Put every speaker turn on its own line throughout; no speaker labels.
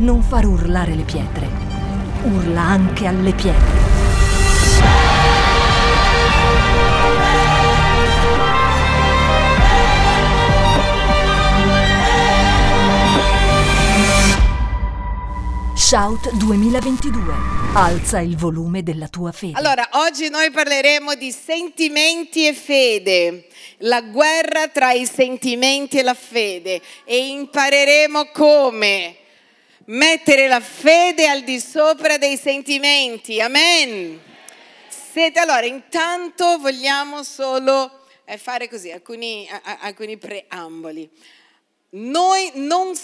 non far urlare le pietre. Urla anche alle pietre. Shout 2022. Alza il volume della tua fede.
Allora, oggi noi parleremo di sentimenti e fede, la guerra tra i sentimenti e la fede, e impareremo come mettere la fede al di sopra dei sentimenti. Amen. Allora, intanto vogliamo solo fare così, alcuni preamboli. Noi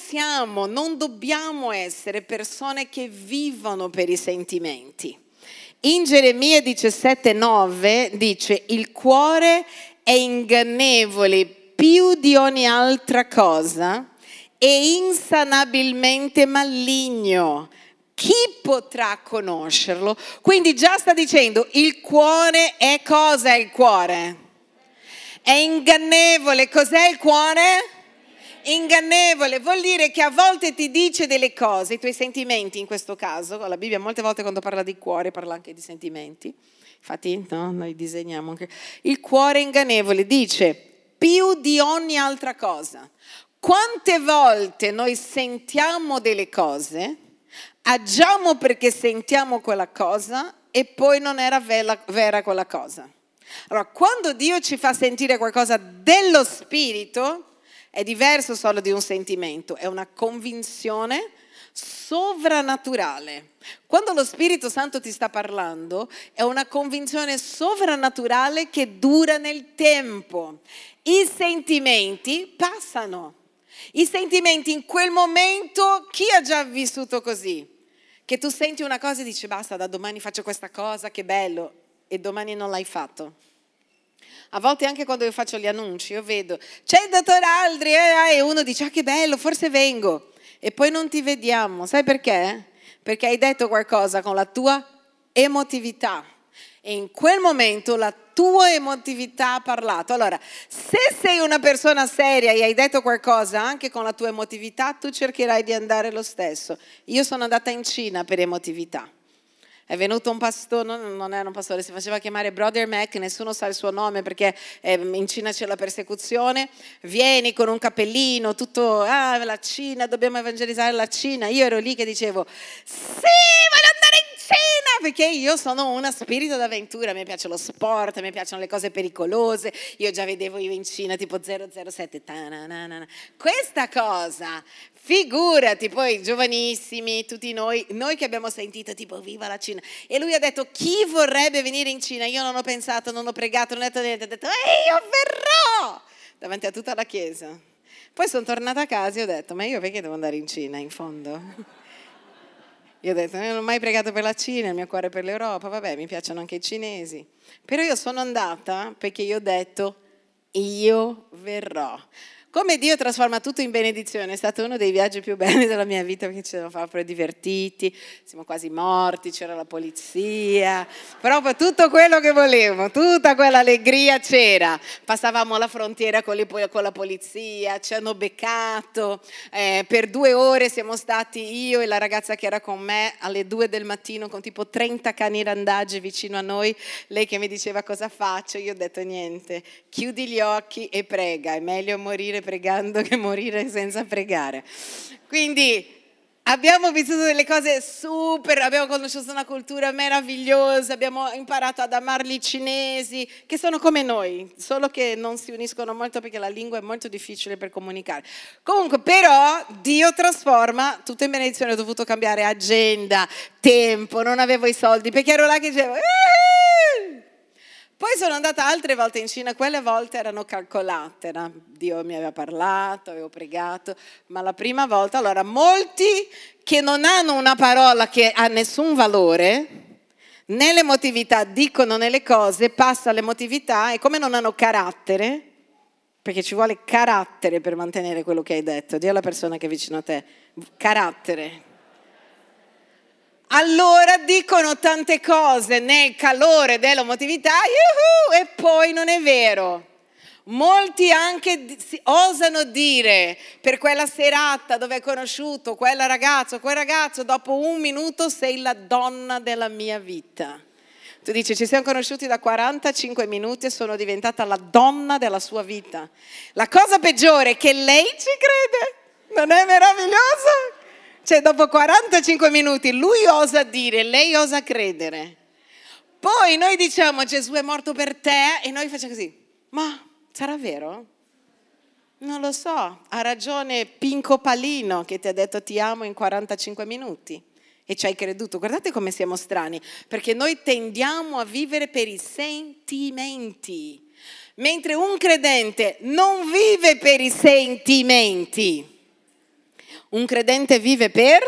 non dobbiamo essere persone che vivono per i sentimenti. In Geremia 17,9 dice: il cuore è ingannevole più di ogni altra cosa e insanabilmente maligno. Chi potrà conoscerlo? Quindi già sta dicendo, il cuore è cosa? Il cuore è ingannevole. Cos'è il cuore? Ingannevole, vuol dire che a volte ti dice delle cose, i tuoi sentimenti in questo caso. La Bibbia molte volte quando parla di cuore parla anche di sentimenti, infatti no, noi disegniamo anche. Il cuore ingannevole dice più di ogni altra cosa. Quante volte noi sentiamo delle cose, agiamo perché sentiamo quella cosa e poi non era vera quella cosa. Allora, quando Dio ci fa sentire qualcosa dello spirito, è diverso solo di un sentimento, è una convinzione sovrannaturale. Quando lo Spirito Santo ti sta parlando, è una convinzione sovrannaturale che dura nel tempo. I sentimenti passano. I sentimenti in quel momento, chi ha già vissuto così? Che tu senti una cosa e dici basta, da domani faccio questa cosa, che bello, e domani non l'hai fatto. A volte anche quando io faccio gli annunci, io vedo, c'è il dottor Aldri, e uno dice, che bello, forse vengo. E poi non ti vediamo. Sai perché? Perché hai detto qualcosa con la tua emotività. E in quel momento la tua emotività ha parlato. Allora, se sei una persona seria e hai detto qualcosa anche con la tua emotività, tu cercherai di andare lo stesso. Io sono andata in Cina per emotività. È venuto un pastore, non era un pastore, si faceva chiamare Brother Mac, nessuno sa il suo nome perché in Cina c'è la persecuzione. Vieni con un cappellino, tutto, la Cina, dobbiamo evangelizzare la Cina. Io ero lì che dicevo, sì, voglio andare in Cina, perché io sono una spirito d'avventura, mi piace lo sport, mi piacciono le cose pericolose. Io già vedevo io in Cina tipo 007, questa cosa. Figurati, poi giovanissimi, tutti noi che abbiamo sentito tipo viva la Cina. E lui ha detto, chi vorrebbe venire in Cina? Io non ho pensato, non ho pregato, non ho detto niente. Ho detto, io verrò! Davanti a tutta la chiesa. Poi sono tornata a casa e ho detto, ma io perché devo andare in Cina in fondo? Io ho detto, non ho mai pregato per la Cina, il mio cuore è per l'Europa, vabbè, mi piacciono anche i cinesi. Però io sono andata perché io ho detto, io verrò. Come Dio trasforma tutto in benedizione, è stato uno dei viaggi più belli della mia vita perché ci siamo proprio divertiti, siamo quasi morti, c'era la polizia, proprio tutto quello che volevo, tutta quell'allegria c'era. Passavamo la frontiera con la polizia, ci hanno beccato, per 2 ore siamo stati io e la ragazza che era con me alle 2 del mattino con tipo 30 cani randagi vicino a noi, lei che mi diceva cosa faccio, io ho detto niente, chiudi gli occhi e prega, è meglio morire pregando che morire senza pregare. Quindi abbiamo vissuto delle cose super, abbiamo conosciuto una cultura meravigliosa, abbiamo imparato ad amarli i cinesi, che sono come noi, solo che non si uniscono molto perché la lingua è molto difficile per comunicare. Comunque, però, Dio trasforma tutto in benedizione. Ho dovuto cambiare agenda, tempo, non avevo i soldi, perché ero là che dicevo... Poi sono andata altre volte in Cina, quelle volte erano calcolate, no? Dio mi aveva parlato, avevo pregato, ma la prima volta, allora molti che non hanno una parola che ha nessun valore, nell'emotività dicono nelle cose, passa l'emotività e come non hanno carattere, perché ci vuole carattere per mantenere quello che hai detto, di alla persona che è vicino a te, carattere. Allora dicono tante cose nel calore dell'emotività, e poi non è vero. Molti anche osano dire per quella serata dove hai conosciuto quel ragazzo, dopo 1 minuto sei la donna della mia vita. Tu dici, ci siamo conosciuti da 45 minuti e sono diventata la donna della sua vita. La cosa peggiore è che lei ci crede. Non è meraviglioso? Cioè, dopo 45 minuti lui osa dire, lei osa credere. Poi noi diciamo, Gesù è morto per te, e noi facciamo così, ma sarà vero? Non lo so, ha ragione Pinco Palino che ti ha detto ti amo in 45 minuti e ci hai creduto. Guardate come siamo strani, perché noi tendiamo a vivere per i sentimenti, mentre un credente non vive per i sentimenti. Un credente vive per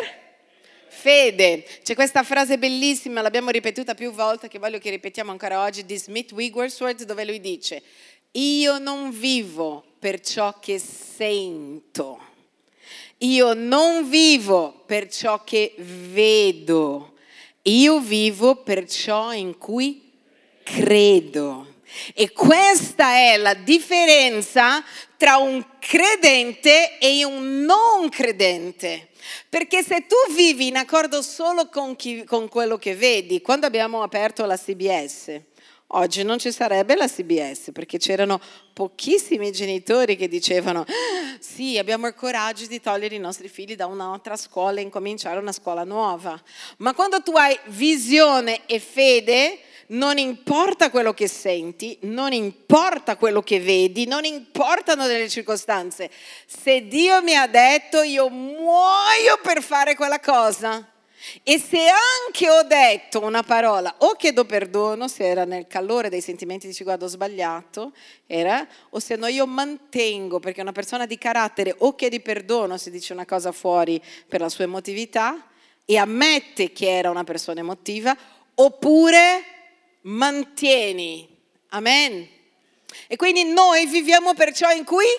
fede. C'è questa frase bellissima, l'abbiamo ripetuta più volte, che voglio che ripetiamo ancora oggi, di Smith Wigglesworth, dove lui dice: io non vivo per ciò che sento, io non vivo per ciò che vedo, io vivo per ciò in cui credo. E questa è la differenza tra un credente e un non credente. Perché se tu vivi in accordo solo con quello che vedi, quando abbiamo aperto la CBS, oggi non ci sarebbe la CBS, perché c'erano pochissimi genitori che dicevano sì, abbiamo il coraggio di togliere i nostri figli da un'altra scuola e incominciare una scuola nuova. Ma quando tu hai visione e fede, non importa quello che senti, non importa quello che vedi, non importano delle circostanze. Se Dio mi ha detto, io muoio per fare quella cosa. E se anche ho detto una parola, o chiedo perdono, se era nel calore dei sentimenti, dici guarda ho sbagliato, o se no io mantengo, perché una persona di carattere o chiedi perdono se dice una cosa fuori per la sua emotività e ammette che era una persona emotiva, oppure mantieni. Amen. E quindi noi viviamo per ciò in cui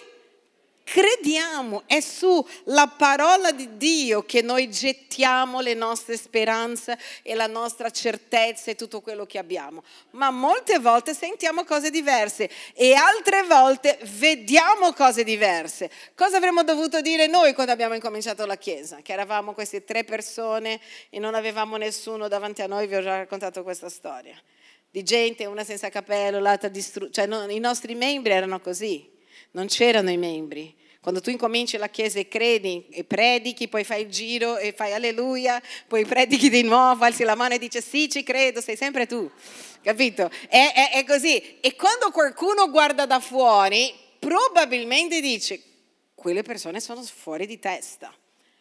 crediamo, è sulla parola di Dio che noi gettiamo le nostre speranze e la nostra certezza e tutto quello che abbiamo. Ma molte volte sentiamo cose diverse e altre volte vediamo cose diverse. Cosa avremmo dovuto dire noi quando abbiamo incominciato la Chiesa? Che eravamo queste 3 persone e non avevamo nessuno davanti a noi, vi ho già raccontato questa storia. Di gente, una senza capello, l'altra distrutta, i nostri membri erano così, non c'erano i membri. Quando tu incominci la Chiesa e credi e predichi, poi fai il giro e fai alleluia, poi predichi di nuovo, alzi la mano e dici sì, ci credo, sei sempre tu, capito? È così. E quando qualcuno guarda da fuori, probabilmente dice, quelle persone sono fuori di testa.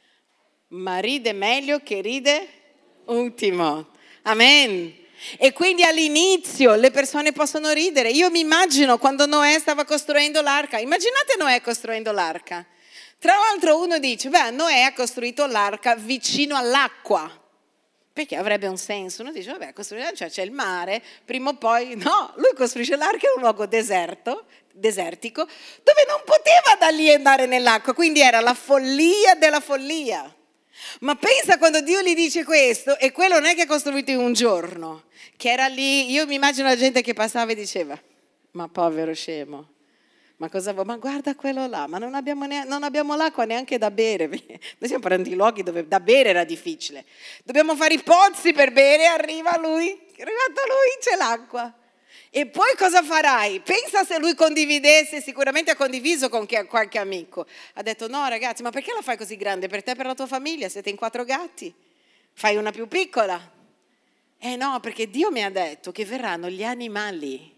Ma ride meglio che ride ultimo. Amen. E quindi all'inizio le persone possono ridere. Io mi immagino quando Noè stava costruendo l'arca. Immaginate Noè costruendo l'arca. Tra l'altro uno dice, Noè ha costruito l'arca vicino all'acqua. Perché avrebbe un senso. Uno dice, c'è il mare, prima o poi... No, lui costruisce l'arca in un luogo desertico, dove non poteva da lì andare nell'acqua. Quindi era la follia della follia. Ma pensa quando Dio gli dice questo, e quello non è che ha costruito in un giorno, che era lì, io mi immagino la gente che passava e diceva, ma povero scemo, ma cosa vuoi? Ma guarda quello là, ma non abbiamo l'acqua neanche da bere, noi siamo parlando di luoghi dove da bere era difficile, dobbiamo fare i pozzi per bere, arrivato lui, c'è l'acqua. E poi cosa farai? Pensa se lui condividesse, sicuramente ha condiviso con qualche amico. Ha detto no ragazzi, ma perché la fai così grande? Per te e per la tua famiglia, siete in 4 gatti. Fai una più piccola. No, perché Dio mi ha detto che verranno gli animali.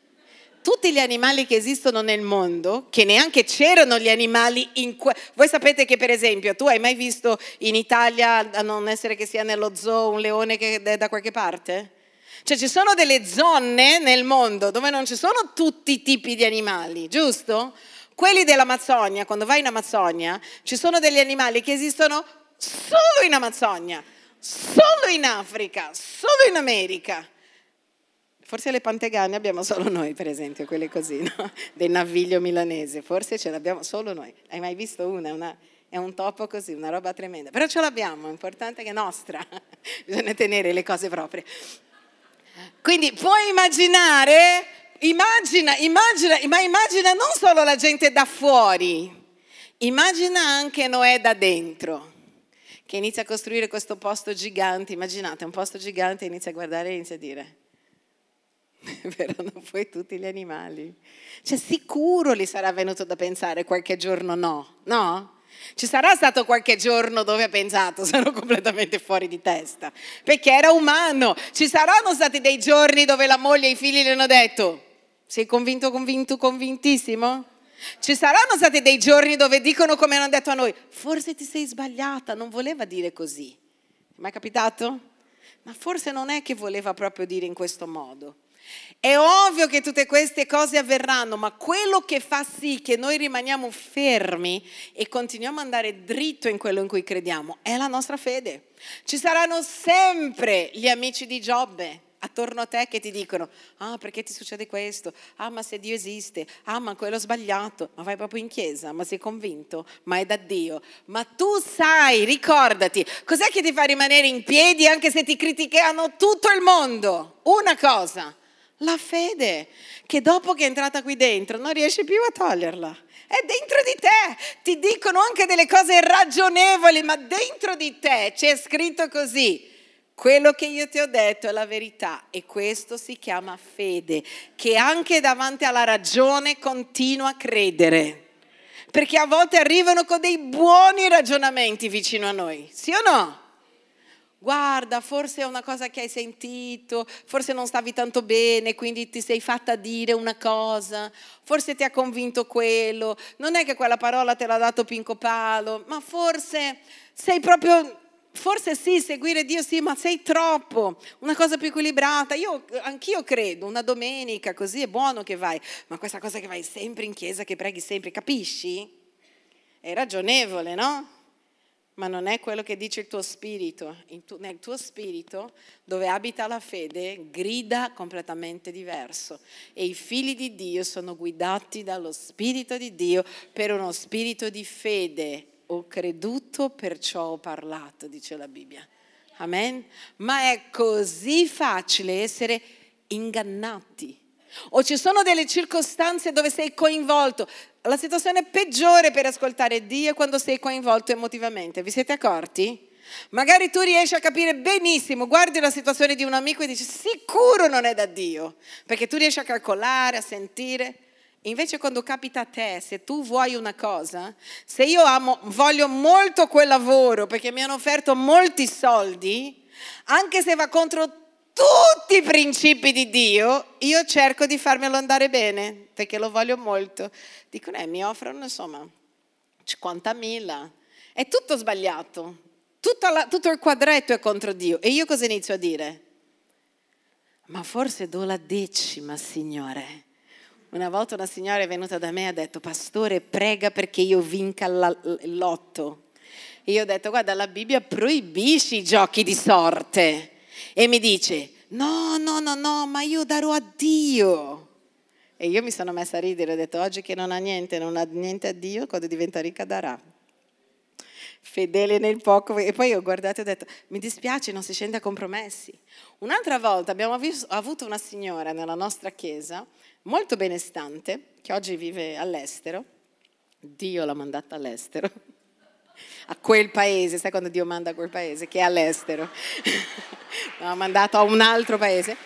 Tutti gli animali che esistono nel mondo, che neanche c'erano gli animali Voi sapete che per esempio, tu hai mai visto in Italia, a non essere che sia nello zoo, un leone che è da qualche parte? Cioè ci sono delle zone nel mondo dove non ci sono tutti i tipi di animali, giusto? Quelli dell'Amazzonia, quando vai in Amazzonia, ci sono degli animali che esistono solo in Amazzonia, solo in Africa, solo in America. Forse le pantegane abbiamo solo noi, per esempio, quelle così, no? Del naviglio milanese, forse ce l'abbiamo solo noi. Hai mai visto una? È un topo così, una roba tremenda. Però ce l'abbiamo, è importante che è nostra. Bisogna tenere le cose proprie. Quindi puoi immaginare immagina non solo la gente da fuori, immagina anche Noè da dentro, che inizia a costruire questo posto gigante. Immaginate un posto gigante, inizia a guardare e inizia a dire: verranno poi tutti gli animali. Cioè sicuro gli sarà venuto da pensare qualche giorno no? Ci sarà stato qualche giorno dove ha pensato sono completamente fuori di testa, perché era umano. Ci saranno stati dei giorni dove la moglie e i figli gli hanno detto: sei convintissimo? Ci saranno stati dei giorni dove dicono come hanno detto a noi: forse ti sei sbagliata, non voleva dire così. Mai capitato? Ma forse non è che voleva proprio dire in questo modo. È ovvio che tutte queste cose avverranno, ma quello che fa sì che noi rimaniamo fermi e continuiamo ad andare dritto in quello in cui crediamo è la nostra fede. Ci saranno sempre gli amici di Giobbe attorno a te che ti dicono: ah, perché ti succede questo? Ah, ma se Dio esiste? Ah, ma quello è sbagliato. Ma vai proprio in chiesa? Ma sei convinto? Ma è da Dio. Ma tu sai, ricordati, cos'è che ti fa rimanere in piedi anche se ti criticano tutto il mondo? Una cosa: la fede, che dopo che è entrata qui dentro non riesci più a toglierla. È dentro di te. Ti dicono anche delle cose irragionevoli, ma dentro di te c'è scritto così: quello che io ti ho detto è la verità, e questo si chiama fede, che anche davanti alla ragione continua a credere. Perché a volte arrivano con dei buoni ragionamenti vicino a noi, sì o no? Guarda, forse è una cosa che hai sentito, forse non stavi tanto bene, quindi ti sei fatta dire una cosa, forse ti ha convinto quello, non è che quella parola te l'ha dato Pinco Palo, ma forse sei proprio, forse sì, seguire Dio sì, ma sei troppo, una cosa più equilibrata. Anch'io credo, una domenica così è buono che vai, ma questa cosa che vai sempre in chiesa, che preghi sempre, capisci? È ragionevole, no? Ma non è quello che dice il tuo spirito. Nel tuo spirito, dove abita la fede, grida completamente diverso. E i figli di Dio sono guidati dallo Spirito di Dio per uno spirito di fede. Ho creduto, perciò ho parlato, dice la Bibbia. Amen? Ma è così facile essere ingannati. O ci sono delle circostanze dove sei coinvolto. La situazione peggiore per ascoltare Dio è quando sei coinvolto emotivamente. Vi siete accorti? Magari tu riesci a capire benissimo, guardi la situazione di un amico e dici: sicuro non è da Dio, perché tu riesci a calcolare, a sentire. Invece quando capita a te, se tu vuoi una cosa, se io voglio molto quel lavoro perché mi hanno offerto molti soldi, anche se va contro tutti i principi di Dio, io cerco di farmelo andare bene, perché lo voglio molto. Dicono, mi offrono insomma 50.000, è tutto sbagliato, tutto il quadretto è contro Dio. E io cosa inizio a dire? Ma forse do la 10ª, Signore. Una volta una signora è venuta da me e ha detto: pastore, prega perché io vinca il lotto. E io ho detto: guarda, la Bibbia proibisce i giochi di sorte. E mi dice: no, ma io darò a Dio. E io mi sono messa a ridere, ho detto: oggi che non ha niente a Dio, quando diventa ricca darà. Fedele nel poco. E poi ho guardato e ho detto: mi dispiace, non si scende a compromessi. Un'altra volta abbiamo avuto una signora nella nostra chiesa, molto benestante, che oggi vive all'estero. Dio l'ha mandata all'estero. A quel paese, sai quando Dio manda a quel paese che è all'estero? L'ha mandato a un altro paese.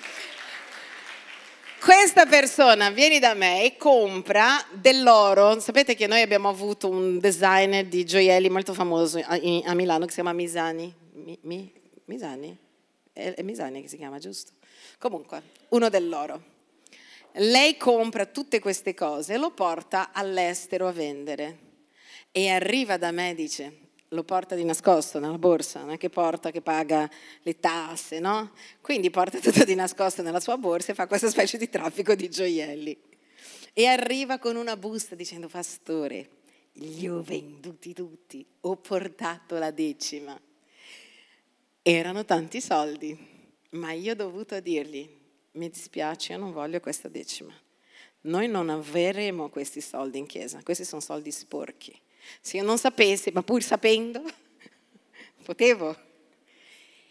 Questa persona viene da me e compra dell'oro. Sapete che noi abbiamo avuto un designer di gioielli molto famoso a Milano che si chiama Misani. Misani? È Misani che si chiama, giusto? Comunque, uno dell'oro. Lei compra tutte queste cose e lo porta all'estero a vendere. E arriva da me e dice: lo porta di nascosto nella borsa, non è che porta, che paga le tasse, no? Quindi porta tutto di nascosto nella sua borsa e fa questa specie di traffico di gioielli. E arriva con una busta dicendo: pastore, li ho venduti tutti, ho portato la 10ª. Erano tanti soldi, ma io ho dovuto dirgli: mi dispiace, io non voglio questa 10ª. Noi non avremo questi soldi in chiesa, questi sono soldi sporchi. Se io non sapessi, ma pur sapendo, potevo.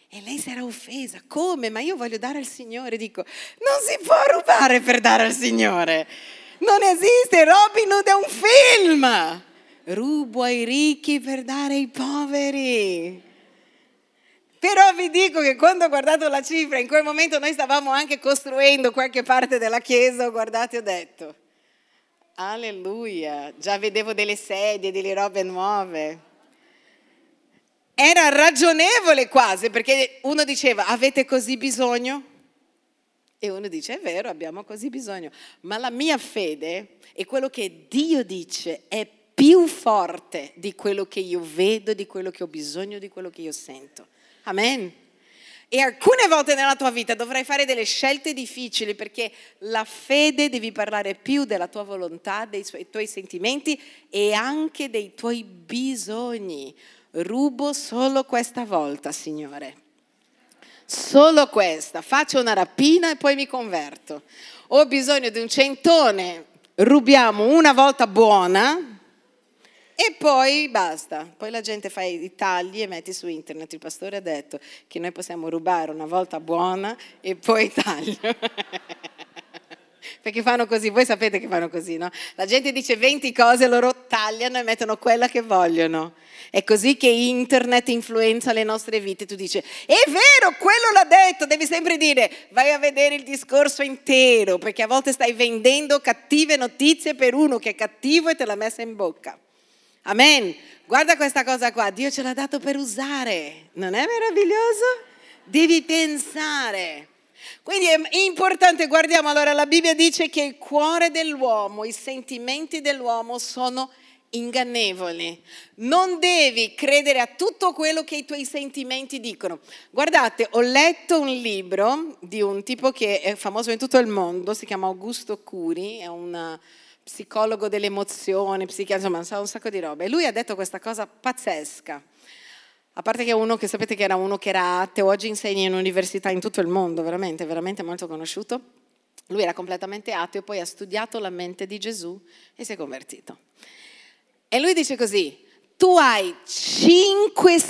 E lei si era offesa. Come? Ma io voglio dare al Signore. Dico, non si può rubare per dare al Signore. Non esiste, Robin Hood è un film. Rubo ai ricchi per dare ai poveri. Però vi dico che quando ho guardato la cifra, in quel momento noi stavamo anche costruendo qualche parte della chiesa, ho guardato e ho detto, alleluia, già vedevo delle sedie, delle robe nuove. Era ragionevole quasi, perché uno diceva, avete così bisogno? E uno dice, è vero, abbiamo così bisogno. Ma la mia fede e quello che Dio dice è più forte di quello che io vedo, di quello che ho bisogno, di quello che io sento. Amen. E alcune volte nella tua vita dovrai fare delle scelte difficili, perché la fede devi parlare più della tua volontà, dei tuoi sentimenti e anche dei tuoi bisogni. Rubo solo questa volta, Signore. Solo questa. Faccio una rapina e poi mi converto. Ho bisogno di un centone, rubiamo una volta buona e poi basta. Poi la gente fa i tagli e metti su internet. Il pastore ha detto che noi possiamo rubare una volta buona e poi taglio. Perché fanno così, voi sapete che fanno così, no? La gente dice 20 cose, loro tagliano e mettono quella che vogliono. È così che internet influenza le nostre vite. Tu dici, è vero, quello l'ha detto. Devi sempre dire, vai a vedere il discorso intero, perché a volte stai vendendo cattive notizie per uno che è cattivo e te l'ha messa in bocca. Amen. Guarda questa cosa qua, Dio ce l'ha dato per usare. Non è meraviglioso? Devi pensare. Quindi è importante, guardiamo, allora la Bibbia dice che il cuore dell'uomo, i sentimenti dell'uomo sono ingannevoli. Non devi credere a tutto quello che i tuoi sentimenti dicono. Guardate, ho letto un libro di un tipo che è famoso in tutto il mondo, si chiama Augusto Curi, è un psicologo dell'emozione, insomma sa un sacco di robe. E lui ha detto questa cosa pazzesca. A parte che è uno che sapete che era uno che era ateo, oggi insegna in università in tutto il mondo, veramente, veramente molto conosciuto. Lui era completamente ateo, poi ha studiato la mente di Gesù e si è convertito. E lui dice così, tu hai 5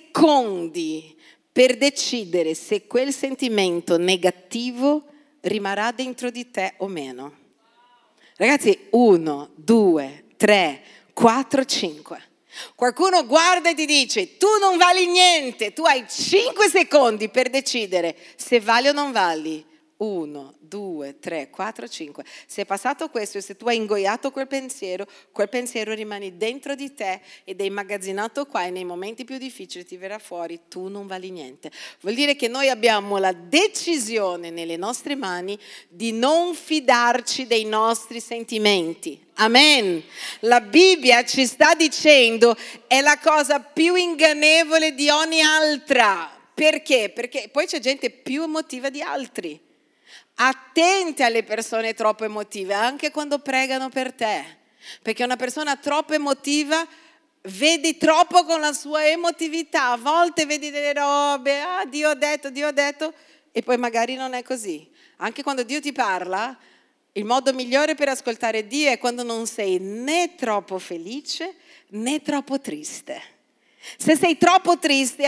secondi per decidere se quel sentimento negativo rimarrà dentro di te o meno. Ragazzi, 1, 2, 3, 4, 5. Qualcuno guarda e ti dice, tu non vali niente, tu hai 5 secondi per decidere se vali o non vali. 1, 2, 3, 4, 5. Se è passato questo e se tu hai ingoiato quel pensiero rimane dentro di te ed è immagazzinato qua e nei momenti più difficili ti verrà fuori, tu non vali niente. Vuol dire che noi abbiamo la decisione nelle nostre mani di non fidarci dei nostri sentimenti. Amen. La Bibbia ci sta dicendo è la cosa più ingannevole di ogni altra. Perché? Perché poi c'è gente più emotiva di altri. Attenti alle persone troppo emotive, anche quando pregano per te, perché una persona troppo emotiva vedi troppo con la sua emotività, a volte vedi delle robe, Dio ha detto, e poi magari non è così. Anche quando Dio ti parla, il modo migliore per ascoltare Dio è quando non sei né troppo felice né troppo triste. Se sei troppo triste,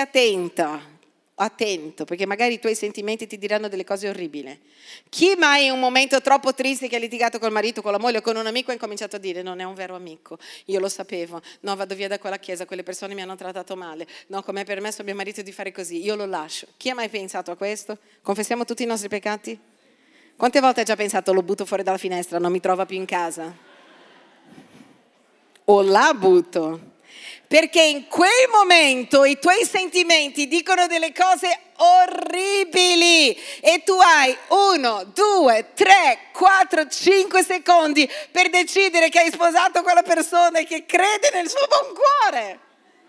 attento, perché magari i tuoi sentimenti ti diranno delle cose orribili. Chi mai in un momento troppo triste che ha litigato col marito, con la moglie o con un amico ha incominciato a dire non è un vero amico, io lo sapevo, no vado via da quella chiesa, quelle persone mi hanno trattato male, no com'è permesso a mio marito di fare così, io lo lascio. Chi ha mai pensato a questo? Confessiamo tutti i nostri peccati? Quante volte hai già pensato lo butto fuori dalla finestra, non mi trova più in casa? O la butto? Perché in quel momento i tuoi sentimenti dicono delle cose orribili e tu hai 1, 2, 3, 4, 5 secondi per decidere che hai sposato quella persona e che crede nel suo buon cuore.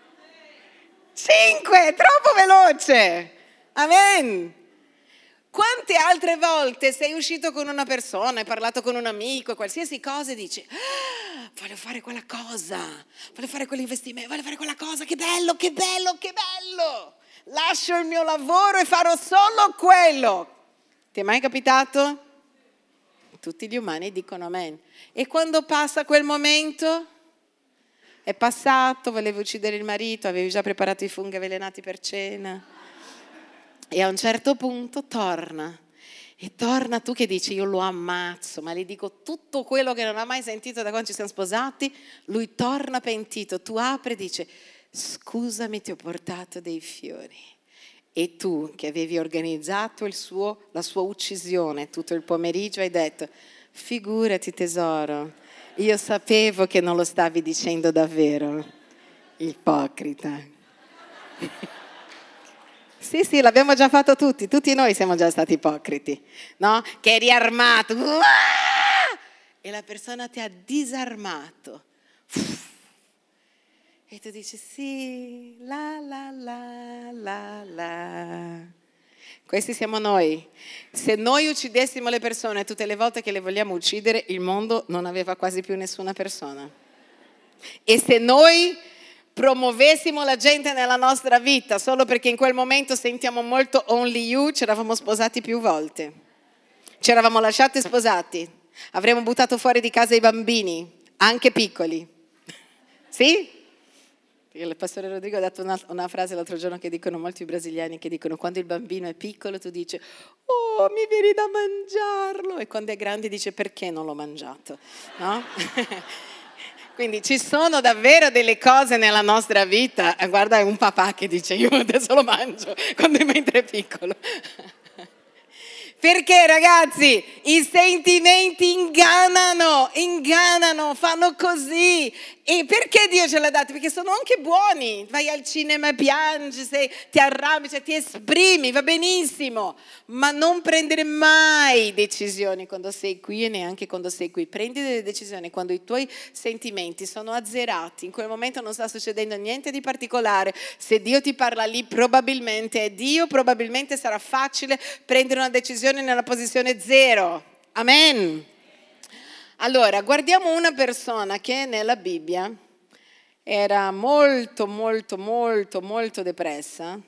5, troppo veloce. Amen. Quante altre volte sei uscito con una persona, hai parlato con un amico, qualsiasi cosa e dici voglio fare quella cosa, voglio fare quell'investimento, voglio fare quella cosa, che bello, che bello, che bello. Lascio il mio lavoro e farò solo quello. Ti è mai capitato? Tutti gli umani dicono amen. E quando passa quel momento? È passato, volevi uccidere il marito, avevi già preparato i funghi avvelenati per cena. E a un certo punto torna. E torna tu che dici io lo ammazzo, ma gli dico tutto quello che non ha mai sentito da quando ci siamo sposati. Lui torna pentito, tu apri e dice scusami ti ho portato dei fiori. E tu che avevi organizzato la sua uccisione tutto il pomeriggio hai detto figurati tesoro, io sapevo che non lo stavi dicendo davvero, ipocrita. Sì, l'abbiamo già fatto tutti noi siamo già stati ipocriti, no? Che eri armato e la persona ti ha disarmato e tu dici sì, la la la la la. Questi siamo noi. Se noi uccidessimo le persone tutte le volte che le vogliamo uccidere, il mondo non aveva quasi più nessuna persona. E se noi promuovessimo la gente nella nostra vita solo perché in quel momento sentiamo molto only you, ci eravamo sposati più volte, ci eravamo lasciati sposati, avremmo buttato fuori di casa i bambini, anche piccoli. Sì? Il pastore Rodrigo ha dato una frase l'altro giorno che dicono molti brasiliani, che dicono quando il bambino è piccolo tu dici oh mi viene da mangiarlo, e quando è grande dice perché non l'ho mangiato, no? Quindi ci sono davvero delle cose nella nostra vita, guarda è un papà che dice io adesso lo mangio mentre è piccolo. Perché ragazzi, i sentimenti ingannano, fanno così. E perché Dio ce l'ha dato? Perché sono anche buoni. Vai al cinema e piangi, ti arrabbi, ti esprimi, va benissimo. Ma non prendere mai decisioni quando sei qui e neanche quando sei qui. Prendi delle decisioni quando i tuoi sentimenti sono azzerati. In quel momento non sta succedendo niente di particolare. Se Dio ti parla lì, probabilmente è Dio, probabilmente sarà facile prendere una decisione nella posizione zero. Amen. Allora, guardiamo una persona che nella Bibbia era molto depressa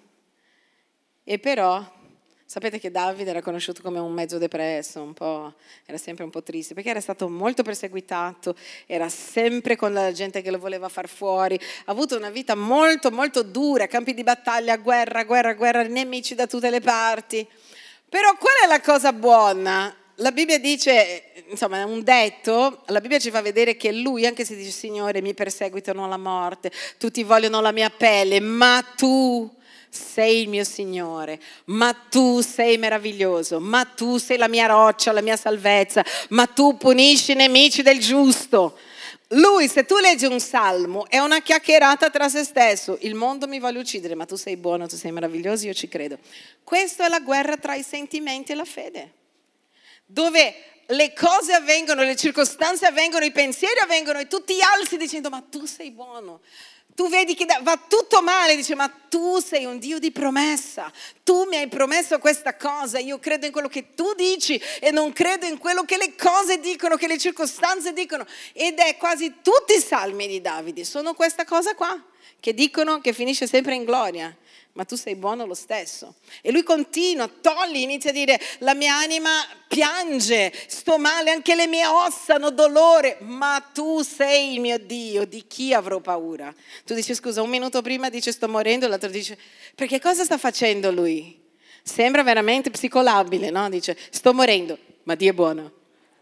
e però, sapete che Davide era conosciuto come un mezzo depresso, era sempre un po' triste perché era stato molto perseguitato, era sempre con la gente che lo voleva far fuori, ha avuto una vita molto dura, campi di battaglia, guerra, nemici da tutte le parti. Però qual è la cosa buona? La Bibbia dice, insomma è un detto, la Bibbia ci fa vedere che lui, anche se dice Signore mi perseguitano alla morte, tutti vogliono la mia pelle, ma tu sei il mio Signore, ma tu sei meraviglioso, ma tu sei la mia roccia, la mia salvezza, ma tu punisci i nemici del giusto. Lui, se tu leggi un salmo, è una chiacchierata tra se stesso. Il mondo mi vuole uccidere, ma tu sei buono, tu sei meraviglioso, io ci credo. Questa è la guerra tra i sentimenti e la fede, dove le cose avvengono, le circostanze avvengono, i pensieri avvengono e tu ti alzi dicendo ma tu sei buono. Tu vedi che va tutto male, dice ma tu sei un Dio di promessa, tu mi hai promesso questa cosa, io credo in quello che tu dici e non credo in quello che le cose dicono, che le circostanze dicono. Ed è quasi tutti i salmi di Davide, sono questa cosa qua, che dicono che finisce sempre in gloria. Ma tu sei buono lo stesso. E lui continua, inizia a dire la mia anima piange, sto male, anche le mie ossa hanno dolore, ma tu sei il mio Dio, di chi avrò paura? Tu dici scusa, un minuto prima dice sto morendo, l'altro dice perché cosa sta facendo lui? Sembra veramente psicolabile, no? Dice sto morendo, ma Dio è buono.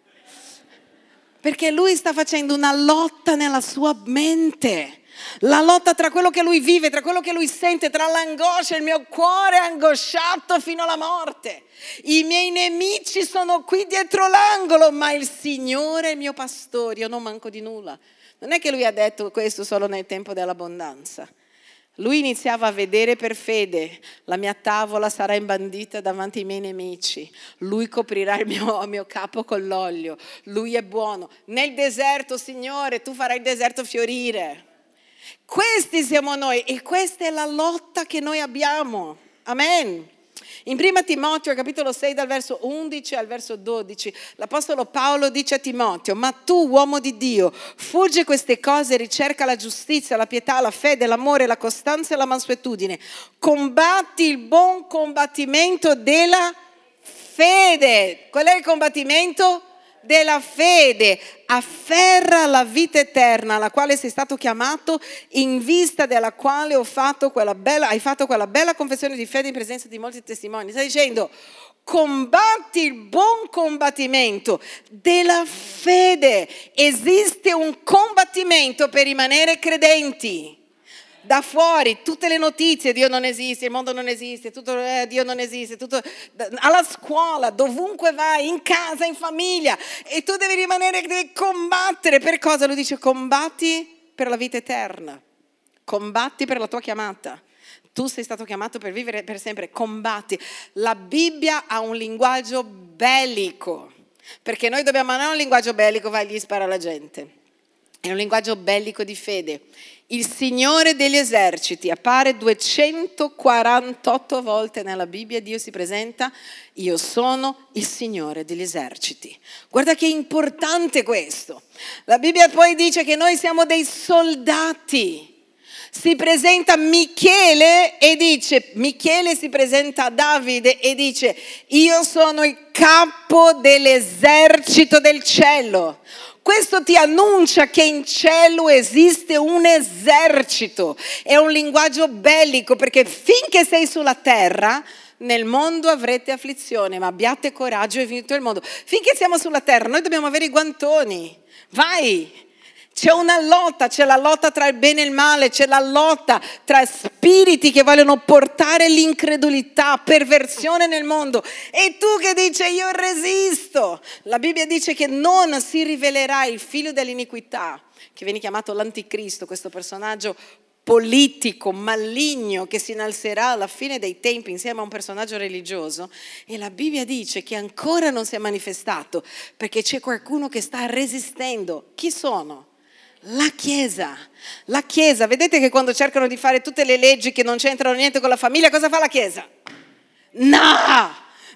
Perché lui sta facendo una lotta nella sua mente. La lotta tra quello che lui vive, tra quello che lui sente, tra l'angoscia, il mio cuore è angosciato fino alla morte. I miei nemici sono qui dietro l'angolo, ma il Signore è il mio pastore, io non manco di nulla. Non è che lui ha detto questo solo nel tempo dell'abbondanza. Lui iniziava a vedere per fede, la mia tavola sarà imbandita davanti ai miei nemici, lui coprirà il mio capo con l'olio, lui è buono. Nel deserto, Signore, tu farai il deserto fiorire. Questi siamo noi e questa è la lotta che noi abbiamo. Amen. In prima Timoteo capitolo 6 dal verso 11 al verso 12 l'apostolo Paolo dice a Timoteo: ma tu uomo di Dio fuggi queste cose, ricerca la giustizia, la pietà, la fede, l'amore, la costanza e la mansuetudine, combatti il buon combattimento della fede. Qual è il combattimento? della fede. Afferra la vita eterna alla quale sei stato chiamato, in vista della quale hai fatto quella bella confessione di fede in presenza di molti testimoni. Sta dicendo: combatti il buon combattimento della fede. Esiste un combattimento per rimanere credenti. Da fuori tutte le notizie: Dio non esiste, il mondo non esiste, Dio non esiste, alla scuola, dovunque vai, in casa, in famiglia, e tu devi combattere per cosa? Lui dice: combatti per la vita eterna, combatti per la tua chiamata. Tu sei stato chiamato per vivere per sempre, combatti. La Bibbia ha un linguaggio bellico, perché noi dobbiamo non un linguaggio bellico, vai lì e spara alla gente. È un linguaggio bellico di fede. Il Signore degli eserciti appare 248 volte nella Bibbia. Dio si presenta: io sono il Signore degli eserciti. Guarda che importante questo. La Bibbia poi dice che noi siamo dei soldati. Si presenta Michele e dice, Michele si presenta a Davide e dice: io sono il capo dell'esercito del cielo. Questo ti annuncia che in cielo esiste un esercito. È un linguaggio bellico, perché finché sei sulla terra, nel mondo avrete afflizione, ma abbiate coraggio, è vinto il mondo. Finché siamo sulla terra, noi dobbiamo avere i guantoni. Vai! C'è una lotta, c'è la lotta tra il bene e il male, c'è la lotta tra spiriti che vogliono portare l'incredulità, perversione nel mondo. E tu che dici: io resisto. La Bibbia dice che non si rivelerà il figlio dell'iniquità, che viene chiamato l'anticristo, questo personaggio politico, maligno, che si innalzerà alla fine dei tempi insieme a un personaggio religioso. E la Bibbia dice che ancora non si è manifestato, perché c'è qualcuno che sta resistendo. Chi sono? La Chiesa. La Chiesa, vedete che quando cercano di fare tutte le leggi che non c'entrano niente con la famiglia, cosa fa la Chiesa? No,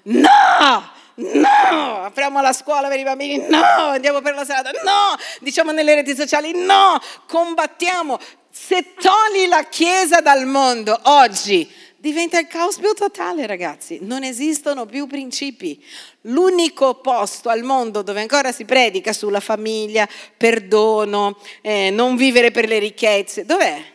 apriamo la scuola per i bambini, no, andiamo per la strada, no, diciamo nelle reti sociali, no, combattiamo. Se togli la Chiesa dal mondo oggi, diventa il caos più totale, ragazzi. Non esistono più principi. L'unico posto al mondo dove ancora si predica sulla famiglia, perdono, non vivere per le ricchezze, dov'è?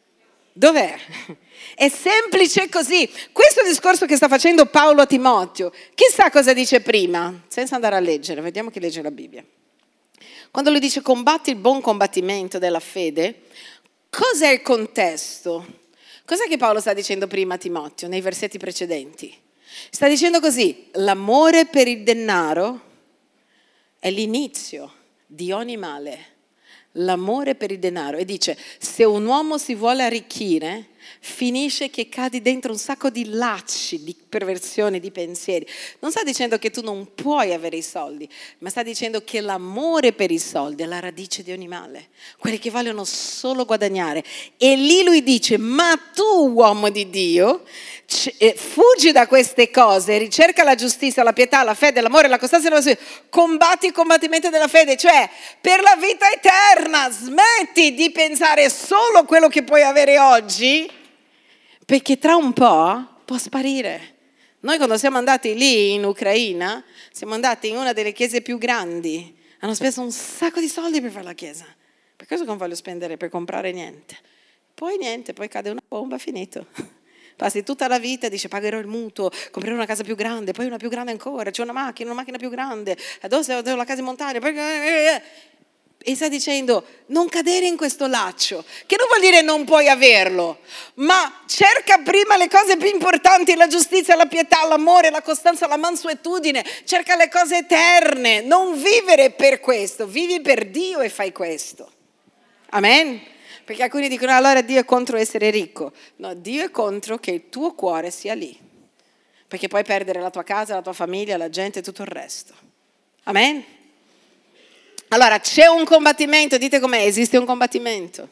È semplice così. Questo discorso che sta facendo Paolo a Timoteo, chissà cosa dice prima, senza andare a leggere, vediamo chi legge la Bibbia. Quando lui dice combatti il buon combattimento della fede, cos'è il contesto? Cos'è che Paolo sta dicendo prima a Timoteo, nei versetti precedenti? Sta dicendo così: l'amore per il denaro è l'inizio di ogni male. L'amore per il denaro. E dice: se un uomo si vuole arricchire, finisce che cadi dentro un sacco di lacci, di perversioni, di pensieri. Non sta dicendo che tu non puoi avere i soldi, ma sta dicendo che l'amore per i soldi è la radice di ogni male. Quelli che vogliono solo guadagnare. E lì lui dice: ma tu, uomo di Dio, fuggi da queste cose, ricerca la giustizia, la pietà, la fede, l'amore, la costanza e la passione. Combatti il combattimento della fede, cioè per la vita eterna. Smetti di pensare solo a quello che puoi avere oggi, perché tra un po' può sparire. Noi quando siamo andati lì in Ucraina, siamo andati in una delle chiese più grandi. Hanno speso un sacco di soldi per fare la chiesa. Per questo non voglio spendere per comprare niente. Poi cade una bomba, finito. Passi tutta la vita, dice: pagherò il mutuo, comprerò una casa più grande, poi una più grande ancora, c'è una macchina più grande, adesso ho la casa in montagna. E sta dicendo: non cadere in questo laccio, che non vuol dire non puoi averlo, ma cerca prima le cose più importanti: la giustizia, la pietà, l'amore, la costanza, la mansuetudine. Cerca le cose eterne, non vivere per questo, vivi per Dio e fai questo. Amen? Perché alcuni dicono: allora Dio è contro essere ricco. No, Dio è contro che il tuo cuore sia lì, perché puoi perdere la tua casa, la tua famiglia, la gente e tutto il resto. Amen? Allora c'è un combattimento, dite com'è, esiste un combattimento.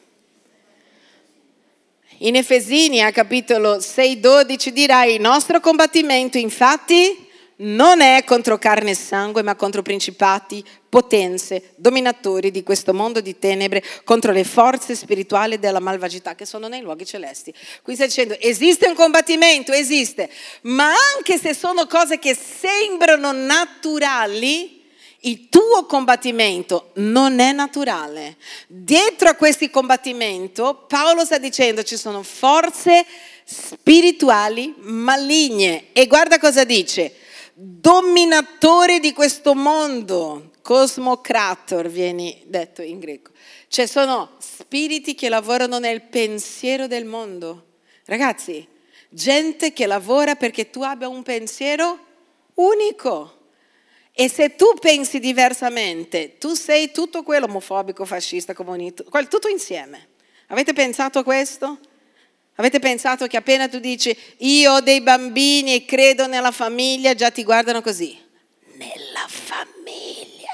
In Efesini a capitolo 6-12 dirà: il nostro combattimento infatti non è contro carne e sangue, ma contro principati, potenze, dominatori di questo mondo di tenebre, contro le forze spirituali della malvagità che sono nei luoghi celesti. Qui sta dicendo: esiste un combattimento, esiste, ma anche se sono cose che sembrano naturali, Il tuo combattimento non è naturale. Dietro a questo combattimento, Paolo sta dicendo ci sono forze spirituali maligne. E guarda cosa dice: dominatori di questo mondo, cosmocrator viene detto in greco. Cioè sono spiriti che lavorano nel pensiero del mondo. Ragazzi, gente che lavora perché tu abbia un pensiero unico. E se tu pensi diversamente, tu sei tutto quello omofobico, fascista, comunista, tutto insieme. Avete pensato a questo? Avete pensato che appena tu dici io ho dei bambini e credo nella famiglia, già ti guardano così? Nella famiglia.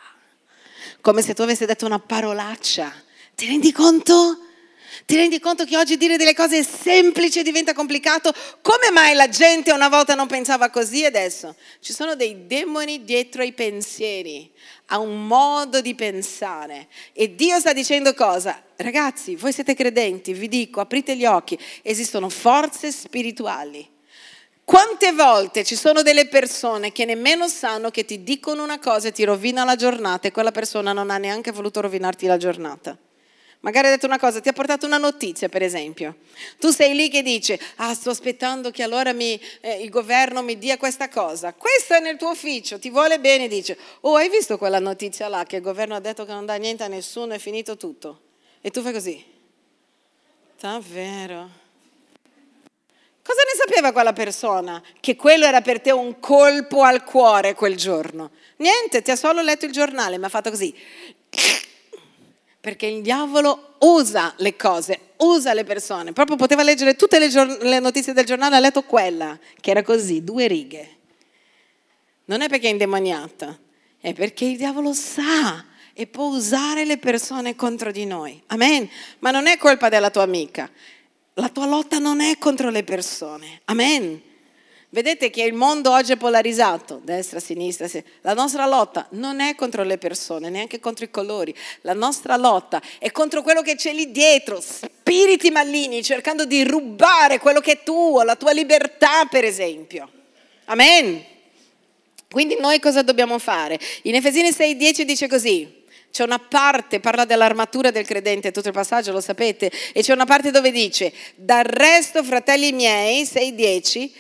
Come se tu avessi detto una parolaccia. Ti rendi conto? Ti rendi conto che oggi dire delle cose semplici diventa complicato? Come mai la gente una volta non pensava così adesso? Ci sono dei demoni dietro ai pensieri, a un modo di pensare. E Dio sta dicendo cosa? Ragazzi, voi siete credenti, vi dico, aprite gli occhi, esistono forze spirituali. Quante volte ci sono delle persone che nemmeno sanno che ti dicono una cosa e ti rovina la giornata e quella persona non ha neanche voluto rovinarti la giornata? Magari ha detto una cosa, ti ha portato una notizia per esempio. Tu sei lì che dici, sto aspettando che allora il governo mi dia questa cosa. Questo è nel tuo ufficio, ti vuole bene, dice, hai visto quella notizia là che il governo ha detto che non dà niente a nessuno, è finito tutto. E tu fai così. Davvero? Cosa ne sapeva quella persona? Che quello era per te un colpo al cuore quel giorno. Niente, ti ha solo letto il giornale, ma ha fatto così. Perché il diavolo usa le cose, usa le persone. Proprio poteva leggere tutte le notizie del giornale, ha letto quella, che era così, 2 righe. Non è perché è indemoniata, è perché il diavolo sa e può usare le persone contro di noi. Amen. Ma non è colpa della tua amica. La tua lotta non è contro le persone. Amen. Vedete che il mondo oggi è polarizzato, destra, sinistra. La nostra lotta non è contro le persone, neanche contro i colori. La nostra lotta è contro quello che c'è lì dietro, spiriti maligni cercando di rubare quello che è tuo, la tua libertà per esempio. Amen. Quindi noi cosa dobbiamo fare? In Efesini 6,10 dice così. C'è una parte, parla dell'armatura del credente, tutto il passaggio lo sapete, e c'è una parte dove dice, dal resto fratelli miei, 6,10,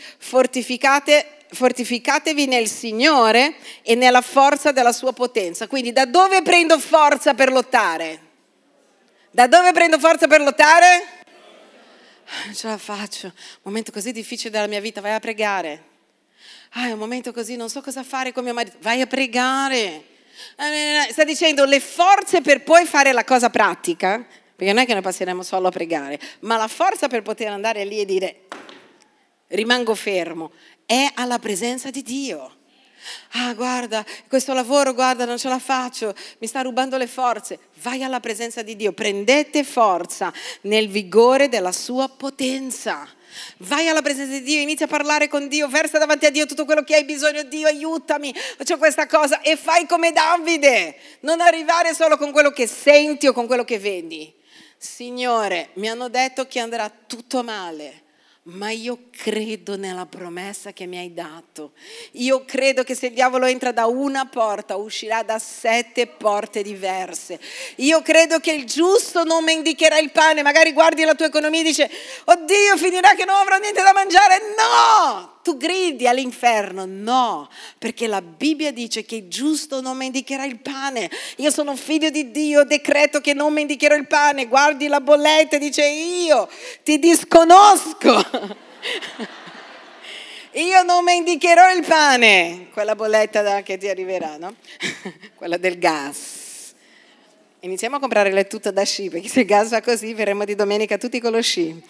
fortificatevi nel Signore e nella forza della sua potenza. Quindi da dove prendo forza per lottare? Da dove prendo forza per lottare? Non ce la faccio, un momento così difficile della mia vita, vai a pregare. È un momento così, non so cosa fare con mio marito, vai a pregare. Sta dicendo le forze per poi fare la cosa pratica, perché non è che noi passeremo solo a pregare, ma la forza per poter andare lì e dire rimango fermo è alla presenza di Dio. Guarda, questo lavoro, guarda, non ce la faccio, mi sta rubando le forze. Vai alla presenza di Dio, prendete forza nel vigore della sua potenza. Vai alla presenza di Dio, inizia a parlare con Dio, versa davanti a Dio tutto quello che hai bisogno. Dio, aiutami, c'ho questa cosa, e fai come Davide, non arrivare solo con quello che senti o con quello che vedi. Signore, mi hanno detto che andrà tutto male, ma io credo nella promessa che mi hai dato. Io credo che se il diavolo entra da una porta, uscirà da 7 porte diverse. Io credo che il giusto non mendicherà il pane. Magari guardi la tua economia e dici, oddio, finirà che non avrò niente da mangiare. No! Tu gridi all'inferno, no, perché la Bibbia dice che il giusto non mendicherà il pane. Io sono figlio di Dio, decreto che non mendicherò il pane. Guardi la bolletta e dice, io ti disconosco. Io non mendicherò il pane. Quella bolletta che ti arriverà, no? Quella del gas. Iniziamo a comprare le tute da sci, perché se il gas va così verremo di domenica tutti con lo sci.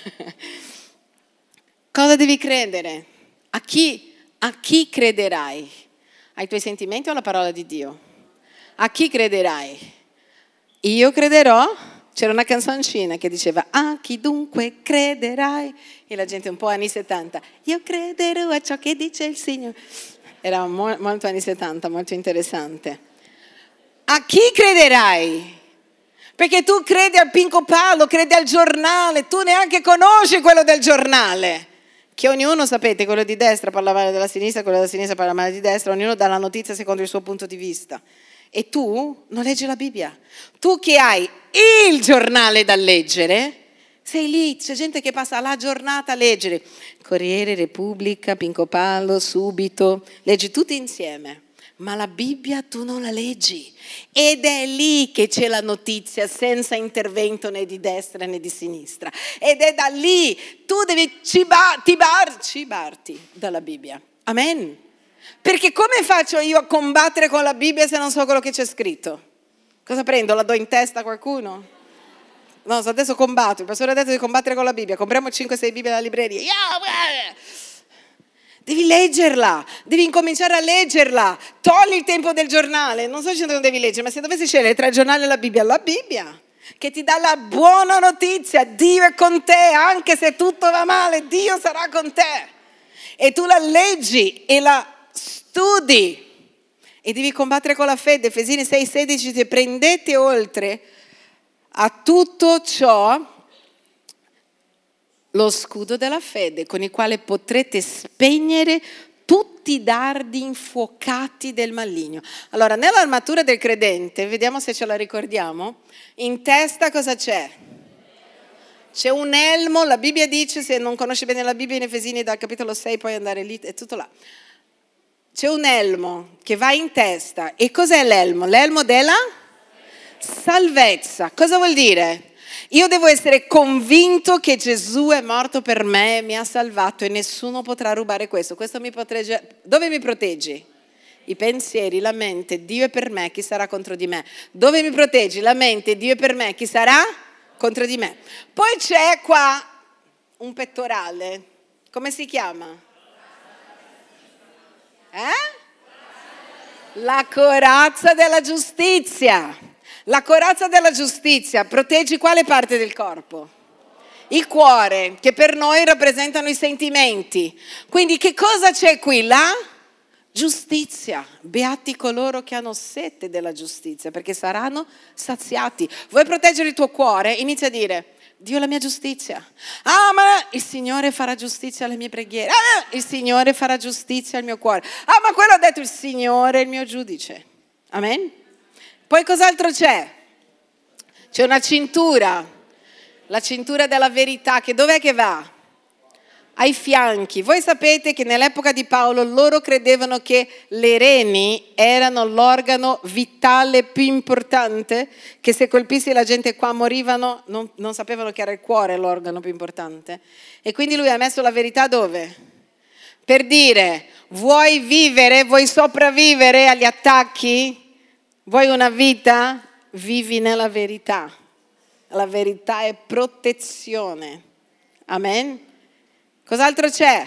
Cosa devi credere? A chi crederai? Ai tuoi sentimenti o alla parola di Dio? A chi crederai? Io crederò. C'era una canzoncina che diceva, a chi dunque crederai? E la gente un po' anni 70. Io crederò a ciò che dice il Signore. Era molto anni 70, molto interessante. A chi crederai? Perché tu credi al Pinco Palo, credi al giornale, tu neanche conosci quello del giornale. che ognuno, sapete, quello di destra parla male della sinistra, quello della sinistra parla male di destra, ognuno dà la notizia secondo il suo punto di vista. E tu non leggi la Bibbia. Tu che hai il giornale da leggere, sei lì, c'è gente che passa la giornata a leggere. Corriere, Repubblica, Pinco Pallo, Subito, leggi tutti insieme. Ma la Bibbia tu non la leggi. Ed è lì che c'è la notizia senza intervento né di destra né di sinistra. Ed è da lì, tu devi cibarti dalla Bibbia. Amen. Perché come faccio io a combattere con la Bibbia se non so quello che c'è scritto? Cosa prendo? La do in testa a qualcuno? No, adesso combatto. Il pastore ha detto di combattere con la Bibbia. Compriamo 5-6 Bibbie alla libreria. Devi leggerla, devi incominciare a leggerla. Togli il tempo del giornale. Non sto dicendo che non devi leggere, ma se dovessi scegliere tra il giornale e la Bibbia, che ti dà la buona notizia. Dio è con te, anche se tutto va male, Dio sarà con te. E tu la leggi e la studi. E devi combattere con la fede. Efesini 6,16 dice: prendete oltre a tutto ciò lo scudo della fede, con il quale potrete spegnere tutti i dardi infuocati del maligno. Allora, nell'armatura del credente, vediamo se ce la ricordiamo, in testa cosa c'è? C'è un elmo, la Bibbia dice, se non conosci bene la Bibbia, in Efesini dal capitolo 6 puoi andare lì, è tutto là. C'è un elmo che va in testa. E cos'è l'elmo? L'elmo della salvezza. Cosa vuol dire? Io devo essere convinto che Gesù è morto per me, mi ha salvato e nessuno potrà rubare questo. Questo mi protegge. Dove mi proteggi? I pensieri, la mente, Dio è per me, chi sarà contro di me? Dove mi proteggi? La mente, Dio è per me, chi sarà contro di me? Poi c'è qua un pettorale. Come si chiama? La corazza della giustizia. La corazza della giustizia protegge quale parte del corpo? Il cuore, che per noi rappresentano i sentimenti. Quindi che cosa c'è qui? La giustizia. Beati coloro che hanno sete della giustizia, perché saranno saziati. Vuoi proteggere il tuo cuore? Inizia a dire: Dio è la mia giustizia. Ah, ma il Signore farà giustizia alle mie preghiere. Ah, il Signore farà giustizia al mio cuore. Ah, ma quello ha detto: il Signore è il mio giudice. Amen. Poi cos'altro c'è? C'è una cintura, la cintura della verità, che dov'è che va? Ai fianchi. Voi sapete che nell'epoca di Paolo loro credevano che le reni erano l'organo vitale più importante, che se colpissi la gente qua morivano, non sapevano che era il cuore l'organo più importante. E quindi lui ha messo la verità dove? Per dire: vuoi vivere, vuoi sopravvivere agli attacchi? Vuoi una vita? Vivi nella verità. La verità è protezione. Amen. Cos'altro c'è?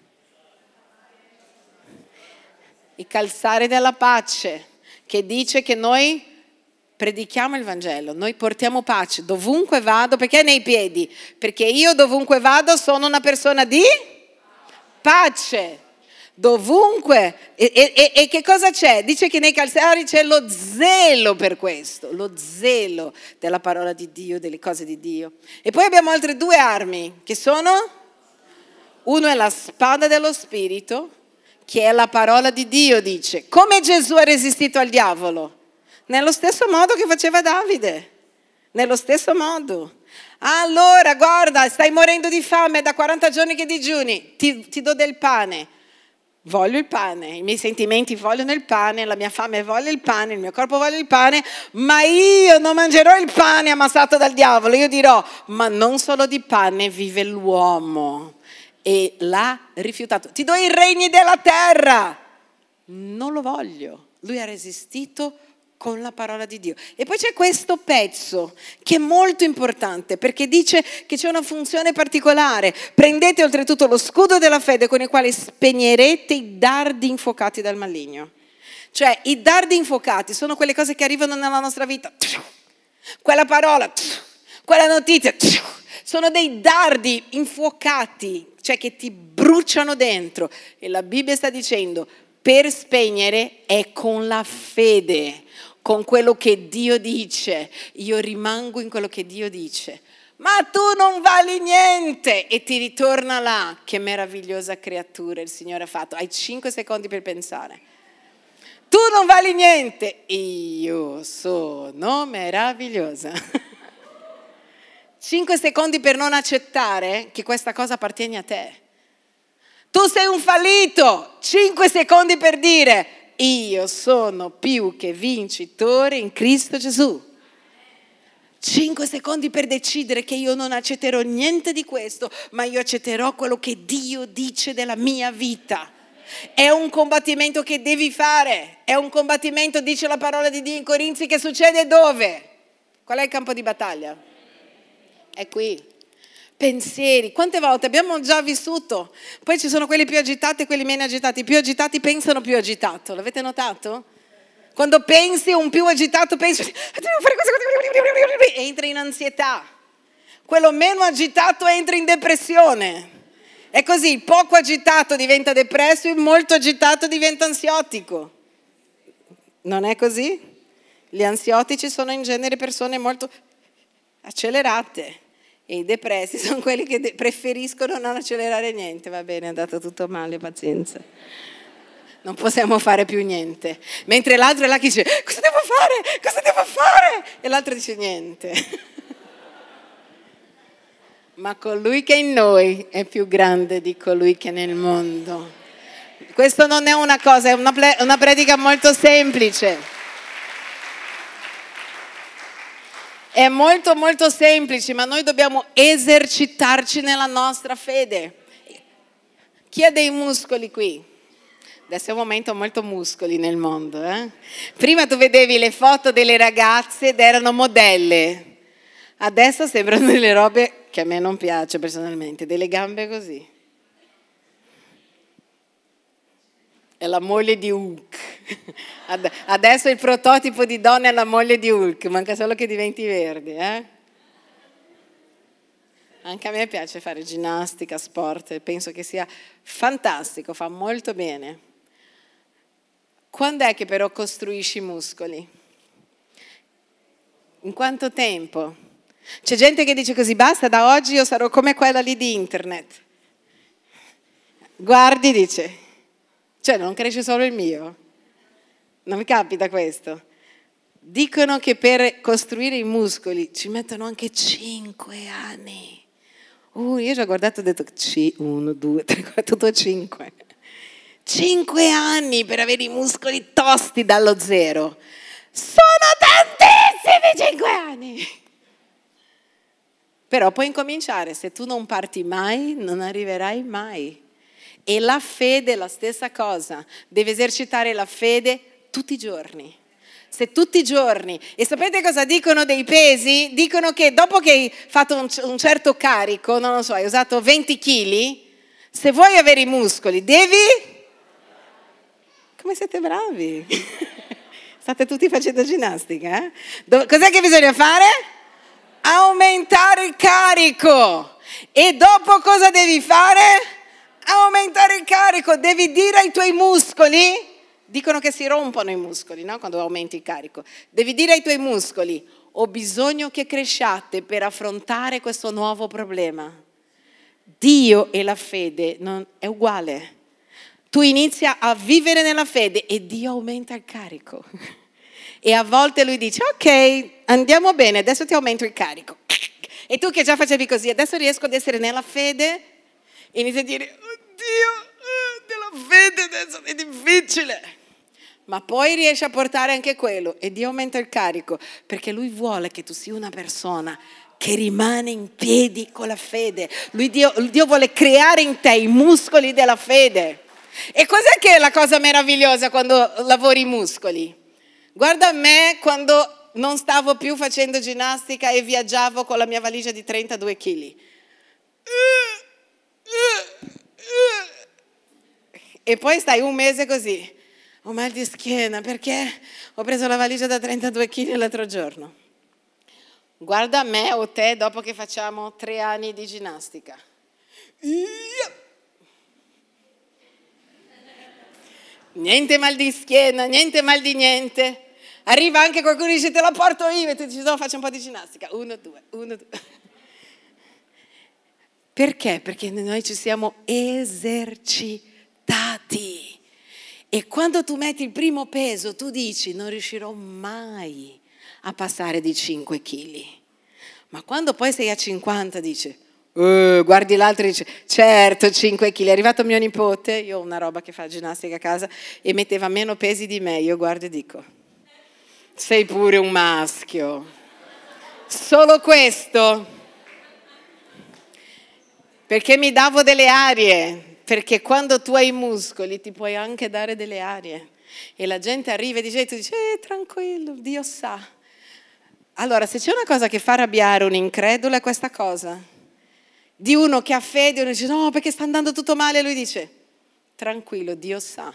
Il calzare della pace, che dice che noi predichiamo il Vangelo, noi portiamo pace dovunque vado. Perché nei piedi? Perché io dovunque vado sono una persona di pace. Dovunque. E che cosa c'è? Dice che nei calzari c'è lo zelo per questo, lo zelo della parola di Dio, delle cose di Dio. E poi abbiamo altre due armi, che sono: uno è la spada dello Spirito, che è la parola di Dio, dice. Come Gesù ha resistito al diavolo? Nello stesso modo che faceva Davide, nello stesso modo. Allora, guarda, stai morendo di fame, da 40 giorni che digiuni, ti do del pane. Voglio il pane, i miei sentimenti vogliono il pane, la mia fame vuole il pane, il mio corpo vuole il pane, ma io non mangerò il pane amassato dal diavolo. Io dirò: ma non solo di pane vive l'uomo. E l'ha rifiutato. Ti do i regni della terra. Non lo voglio. Lui ha resistito con la parola di Dio. E poi c'è questo pezzo che è molto importante, perché dice che c'è una funzione particolare. Prendete oltretutto lo scudo della fede, con il quale spegnerete i dardi infuocati dal maligno. Cioè, i dardi infuocati sono quelle cose che arrivano nella nostra vita. Quella parola, quella notizia, sono dei dardi infuocati, cioè che ti bruciano dentro. E la Bibbia sta dicendo: per spegnere è con la fede, con quello che Dio dice. Io rimango in quello che Dio dice. ma tu non vali niente, e ti ritorna là, che meravigliosa creatura il Signore ha fatto. Hai 5 secondi per pensare. Tu non vali niente, io sono meravigliosa. 5 secondi per non accettare che questa cosa appartiene a te. Tu sei un fallito, 5 secondi per dire, io sono più che vincitore in Cristo Gesù. 5 secondi per decidere che io non accetterò niente di questo, ma io accetterò quello che Dio dice della mia vita. È un combattimento che devi fare, è un combattimento, dice la parola di Dio in Corinzi, che succede dove? Qual è il campo di battaglia? È qui. Pensieri, quante volte abbiamo già vissuto, poi ci sono quelli più agitati e quelli meno agitati. I più agitati pensano più agitato, l'avete notato? Quando pensi un più agitato pensi devo fare questo, e entra in ansietà. Quello meno agitato entra in depressione. È così, il poco agitato diventa depresso, il molto agitato diventa ansiotico. Non è così? Gli ansiotici sono in genere persone molto accelerate e i depressi sono quelli che preferiscono non accelerare niente. Va bene, è andato tutto male, pazienza. Non possiamo fare più niente. Mentre l'altro è là che dice, cosa devo fare? Cosa devo fare? E l'altro dice niente. Ma colui che è in noi è più grande di colui che è nel mondo. Questo non è una cosa, è una predica molto semplice. È molto molto semplice, ma noi dobbiamo esercitarci nella nostra fede. Chi ha dei muscoli qui? Adesso è un momento molto muscoli nel mondo. Prima tu vedevi le foto delle ragazze ed erano modelle. Adesso sembrano delle robe che a me non piace personalmente, delle gambe così. È la moglie di Hulk. Adesso il prototipo di donna è la moglie di Hulk, manca solo che diventi verde. Anche a me piace fare ginnastica, sport, penso che sia fantastico, fa molto bene. Quando è che però costruisci i muscoli? In quanto tempo? C'è gente che dice così, basta, da oggi io sarò come quella lì di internet. Guardi, dice, cioè non cresce solo il mio? Non mi capita questo. Dicono che per costruire i muscoli ci mettono anche 5 anni. Io già guardato e ho detto 1, 2, 3, 4, tutto 5. 5 anni per avere i muscoli tosti dallo zero. Sono tantissimi 5 anni. Però puoi incominciare, se tu non parti mai, non arriverai mai. E la fede è la stessa cosa, devi esercitare la fede tutti i giorni. Se tutti i giorni, e sapete cosa dicono dei pesi? Dicono che dopo che hai fatto un certo carico, non lo so, hai usato 20 kg, se vuoi avere i muscoli devi... Come siete bravi? State tutti facendo ginnastica, Cos'è che bisogna fare? Aumentare il carico. E dopo cosa devi fare? Aumentare il carico. Devi dire ai tuoi muscoli, dicono che si rompono i muscoli, no? Quando aumenti il carico. Devi dire ai tuoi muscoli, ho bisogno che cresciate per affrontare questo nuovo problema. Dio e la fede è uguale. Tu inizi a vivere nella fede e Dio aumenta il carico. E a volte lui dice, ok, andiamo bene, adesso ti aumento il carico. E tu che già facevi così, adesso riesco ad essere nella fede, inizi a dire, oddio, della fede adesso è difficile. Ma poi riesci a portare anche quello e Dio aumenta il carico, perché lui vuole che tu sia una persona che rimane in piedi con la fede. Dio vuole creare in te i muscoli della fede. E cos'è che è la cosa meravigliosa quando lavori i muscoli? Guarda me quando non stavo più facendo ginnastica e viaggiavo con la mia valigia di 32 kg. E poi stai un mese così. Ho mal di schiena perché ho preso la valigia da 32 kg l'altro giorno. Guarda me o te dopo che facciamo 3 anni di ginnastica. Niente mal di schiena, niente mal di niente. Arriva anche qualcuno e dice te la porto io e tu dici no, faccio un po' di ginnastica. 1, 2, 1, 2. Perché? Perché noi ci siamo esercitati. E quando tu metti il primo peso, tu dici, non riuscirò mai a passare di 5 kg. Ma quando poi sei a 50, dici, guardi l'altro e dici, certo, 5 kg. È arrivato mio nipote, io ho una roba che fa ginnastica a casa, e metteva meno pesi di me. Io guardo e dico, sei pure un maschio. Solo questo, perché mi davo delle arie. Perché quando tu hai i muscoli ti puoi anche dare delle arie. E la gente arriva e tu dici, tranquillo, Dio sa. Allora, se c'è una cosa che fa arrabbiare un incredulo è questa cosa. Di uno che ha fede, uno dice, no, perché sta andando tutto male, e lui dice, tranquillo, Dio sa.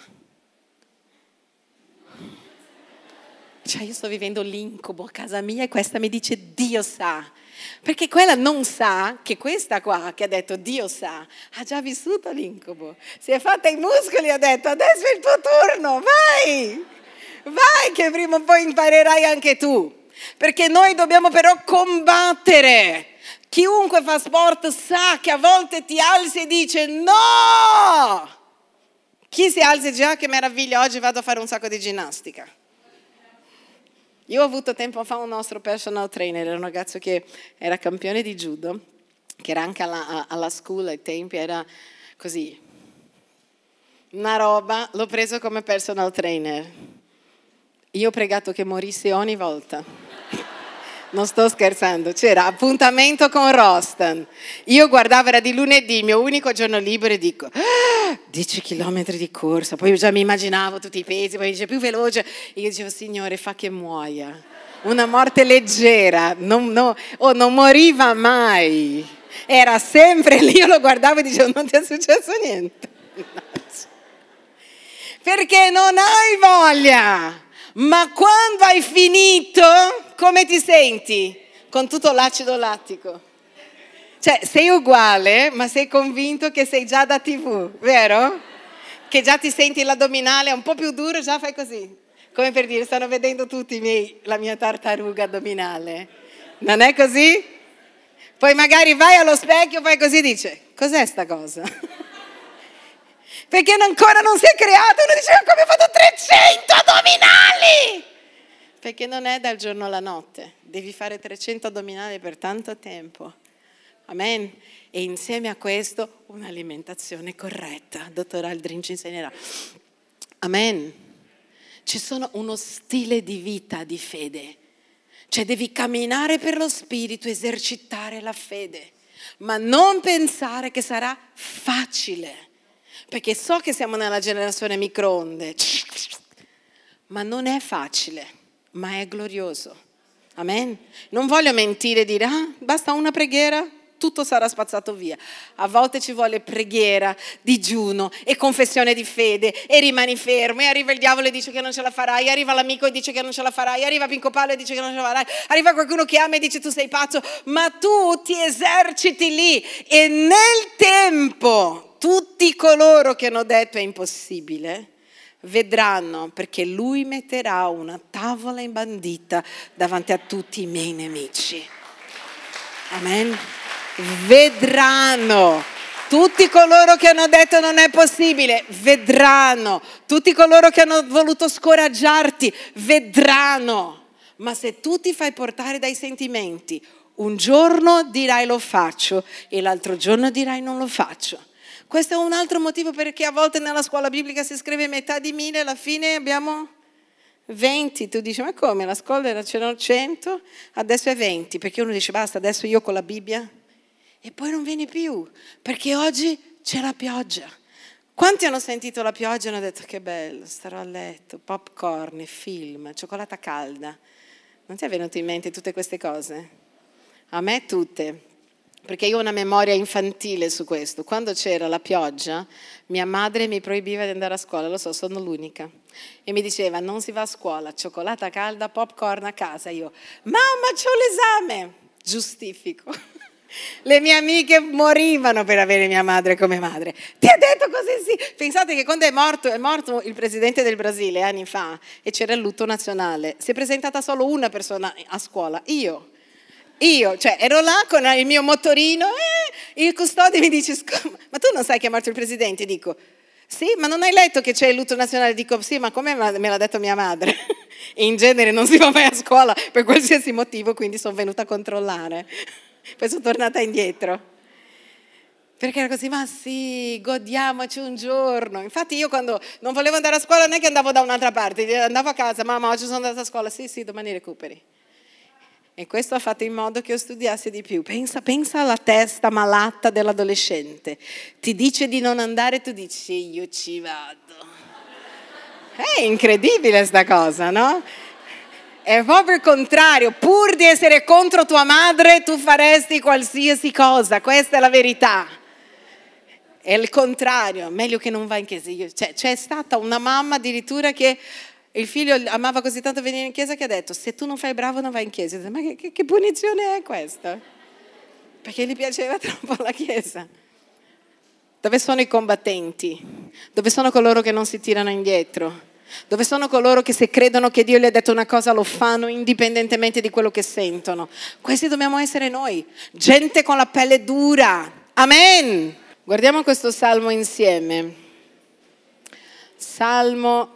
Cioè, io sto vivendo l'incubo a casa mia e questa mi dice, Dio sa. Perché quella non sa che questa qua che ha detto Dio sa ha già vissuto l'incubo, si è fatta i muscoli e ha detto adesso è il tuo turno, vai che prima o poi imparerai anche tu, perché noi dobbiamo però combattere. Chiunque fa sport sa che a volte ti alzi e dice no. Chi si alza già, che meraviglia, oggi vado a fare un sacco di ginnastica. Io ho avuto tempo fa un nostro personal trainer, era un ragazzo che era campione di judo, che era anche alla school ai tempi, era così, una roba, l'ho preso come personal trainer. Io ho pregato che morisse ogni volta. Non sto scherzando, c'era appuntamento con Rostan. Io guardavo, era di lunedì, il mio unico giorno libero, e dico 10 chilometri di corsa, poi già mi immaginavo tutti i pesi, poi dice più veloce, e io dicevo Signore fa che muoia, una morte leggera, non moriva mai, era sempre lì, io lo guardavo e dicevo non ti è successo niente, perché non hai voglia. Ma quando hai finito, come ti senti? Con tutto l'acido lattico. Cioè, sei uguale, ma sei convinto che sei già da TV, vero? Che già ti senti l'addominale un po' più duro, già fai così. Come per dire, stanno vedendo tutti la mia tartaruga addominale. Non è così? Poi magari vai allo specchio, fai così e dice, cos'è sta cosa? Perché ancora non si è creato, uno dice come ho fatto 300 addominali, perché non è dal giorno alla notte, devi fare 300 addominali per tanto tempo, amen, e insieme a questo un'alimentazione corretta, dottor Aldrin ci insegnerà, amen. Ci sono uno stile di vita di fede, cioè devi camminare per lo spirito, esercitare la fede, ma non pensare che sarà facile. Perché so che siamo nella generazione microonde, ma non è facile, ma è glorioso. Amen? Non voglio mentire e dire, basta una preghiera, tutto sarà spazzato via. A volte ci vuole preghiera, digiuno e confessione di fede e rimani fermo e arriva il diavolo e dice che non ce la farai, arriva l'amico e dice che non ce la farai, arriva Pinco Pallo e dice che non ce la farai, arriva qualcuno che ama e dice tu sei pazzo, ma tu ti eserciti lì e nel tempo tutti coloro che hanno detto è impossibile vedranno, perché lui metterà una tavola imbandita davanti a tutti i miei nemici. Amen. Vedranno. Tutti coloro che hanno detto non è possibile, vedranno. Tutti coloro che hanno voluto scoraggiarti, vedranno. Ma se tu ti fai portare dai sentimenti, un giorno dirai lo faccio e l'altro giorno dirai non lo faccio. Questo è un altro motivo perché a volte nella scuola biblica si scrive metà di 1000 e alla fine abbiamo 20. Tu dici ma come? La scuola c'erano 100, adesso è 20. Perché uno dice basta, adesso io con la Bibbia. E poi non vieni più, perché oggi c'è la pioggia. Quanti hanno sentito la pioggia e hanno detto che bello, starò a letto, popcorn, film, cioccolata calda. Non ti è venuto in mente tutte queste cose? A me tutte. Perché io ho una memoria infantile su questo. Quando c'era la pioggia, mia madre mi proibiva di andare a scuola, lo so, sono l'unica. E mi diceva, non si va a scuola, cioccolata calda, popcorn a casa. Io, mamma, c'ho l'esame. Giustifico. Le mie amiche morivano per avere mia madre come madre. Ti ha detto così sì. Pensate che quando è morto il presidente del Brasile anni fa e c'era il lutto nazionale, si è presentata solo una persona a scuola, io. Io, cioè, ero là con il mio motorino il custode mi dice, ma tu non sai chiamarti il presidente? Dico, sì, ma non hai letto che c'è il lutto nazionale? Dico, sì, ma come me l'ha detto mia madre? E in genere non si va mai a scuola per qualsiasi motivo, quindi sono venuta a controllare. Poi sono tornata indietro. Perché era così, ma sì, godiamoci un giorno. Infatti io quando non volevo andare a scuola non è che andavo da un'altra parte, andavo a casa, mamma oggi sono andata a scuola, sì, domani recuperi. E questo ha fatto in modo che io studiassi di più. Pensa alla testa malata dell'adolescente. Ti dice di non andare, tu dici io ci vado. È incredibile sta cosa, no? È proprio il contrario. Pur di essere contro tua madre, tu faresti qualsiasi cosa. Questa è la verità. È il contrario. Meglio che non vai in chiesa. C'è stata una mamma addirittura che il figlio amava così tanto venire in chiesa che ha detto, se tu non fai bravo non vai in chiesa. Ma che punizione è questa? Perché gli piaceva troppo la chiesa. Dove sono i combattenti? Dove sono coloro che non si tirano indietro? Dove sono coloro che se credono che Dio gli ha detto una cosa lo fanno indipendentemente di quello che sentono? Questi dobbiamo essere noi, gente con la pelle dura. Amen! Guardiamo questo salmo insieme. Salmo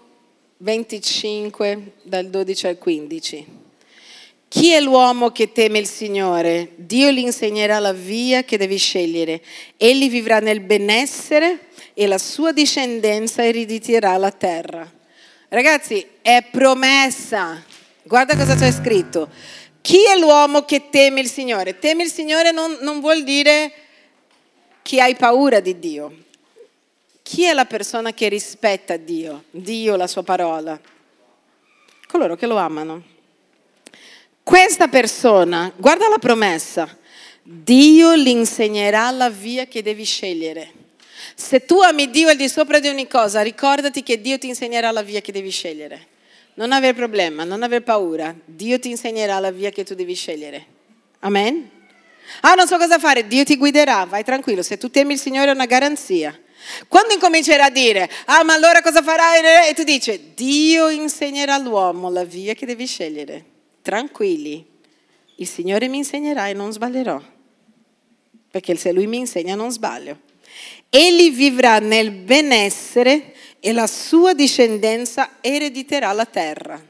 25 dal 12 al 15. Chi è l'uomo che teme il Signore? Dio gli insegnerà la via che devi scegliere. Egli vivrà nel benessere e la sua discendenza erediterà la terra. Ragazzi, è promessa. Guarda cosa c'è scritto. Chi è l'uomo che teme il Signore? Teme il Signore non vuol dire chi hai paura di Dio. Chi è la persona che rispetta Dio, la sua parola? Coloro che lo amano. Questa persona, guarda la promessa, Dio gli insegnerà la via che devi scegliere. Se tu ami Dio al di sopra di ogni cosa, ricordati che Dio ti insegnerà la via che devi scegliere. Non aver problema, non aver paura, Dio ti insegnerà la via che tu devi scegliere. Amen? Non so cosa fare, Dio ti guiderà, vai tranquillo, se tu temi il Signore è una garanzia. Quando incomincerai a dire, ma allora cosa farai? E tu dici, Dio insegnerà all'uomo la via che devi scegliere. Tranquilli, il Signore mi insegnerà e non sbaglierò, perché se Lui mi insegna non sbaglio. Egli vivrà nel benessere e la sua discendenza erediterà la terra.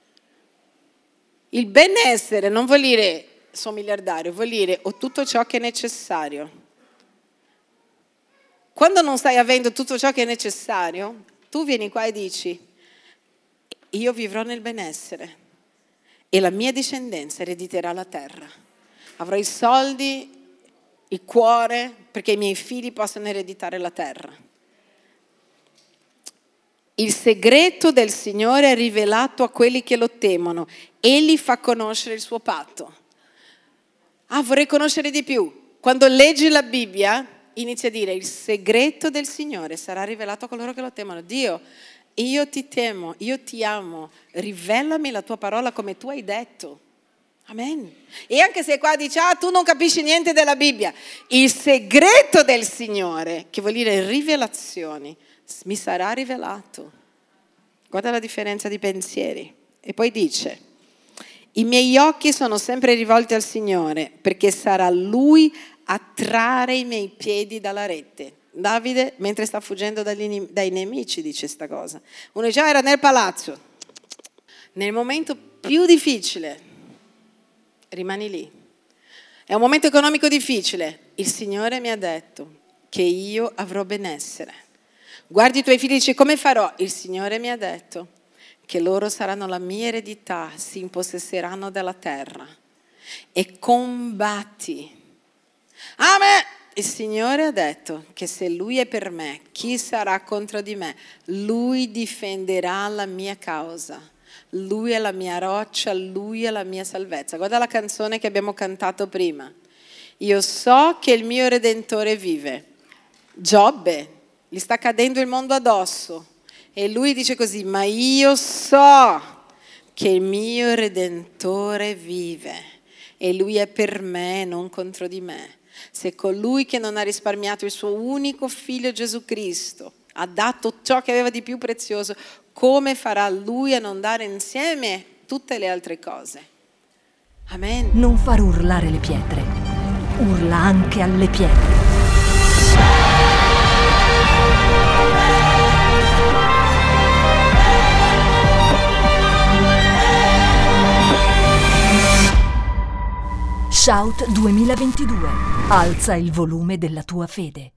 Il benessere non vuol dire sono miliardario, vuol dire ho tutto ciò che è necessario. Quando non stai avendo tutto ciò che è necessario, tu vieni qua e dici, io vivrò nel benessere e la mia discendenza erediterà la terra. Avrò i soldi, il cuore, perché i miei figli possano ereditare la terra. Il segreto del Signore è rivelato a quelli che lo temono. Egli fa conoscere il suo patto. Vorrei conoscere di più. Quando leggi la Bibbia, inizia a dire, il segreto del Signore sarà rivelato a coloro che lo temono. Dio, io ti temo, io ti amo, rivelami la tua parola come tu hai detto. Amen. E anche se qua dici, tu non capisci niente della Bibbia, il segreto del Signore, che vuol dire rivelazioni, mi sarà rivelato. Guarda la differenza di pensieri. E poi dice, i miei occhi sono sempre rivolti al Signore, perché sarà Lui a trarre i miei piedi dalla rete. Davide, mentre sta fuggendo dai nemici, dice sta cosa. Uno già era nel palazzo. Nel momento più difficile, rimani lì. È un momento economico difficile. Il Signore mi ha detto che io avrò benessere. Guardi i tuoi figli e dici, come farò? Il Signore mi ha detto che loro saranno la mia eredità, si impossesseranno della terra. E combatti. Amen. Il Signore ha detto che se Lui è per me, chi sarà contro di me? Lui difenderà la mia causa. Lui è la mia roccia, Lui è la mia salvezza. Guarda la canzone che abbiamo cantato prima. Io so che il mio Redentore vive. Giobbe, gli sta cadendo il mondo addosso. E lui dice così, ma io so che il mio Redentore vive. E Lui è per me, non contro di me. Se colui che non ha risparmiato il suo unico figlio Gesù Cristo ha dato ciò che aveva di più prezioso, come farà Lui a non dare insieme tutte le altre cose? Amen.
Non far urlare le pietre. Urla anche alle pietre. Shout 2022. Alza il volume della tua fede.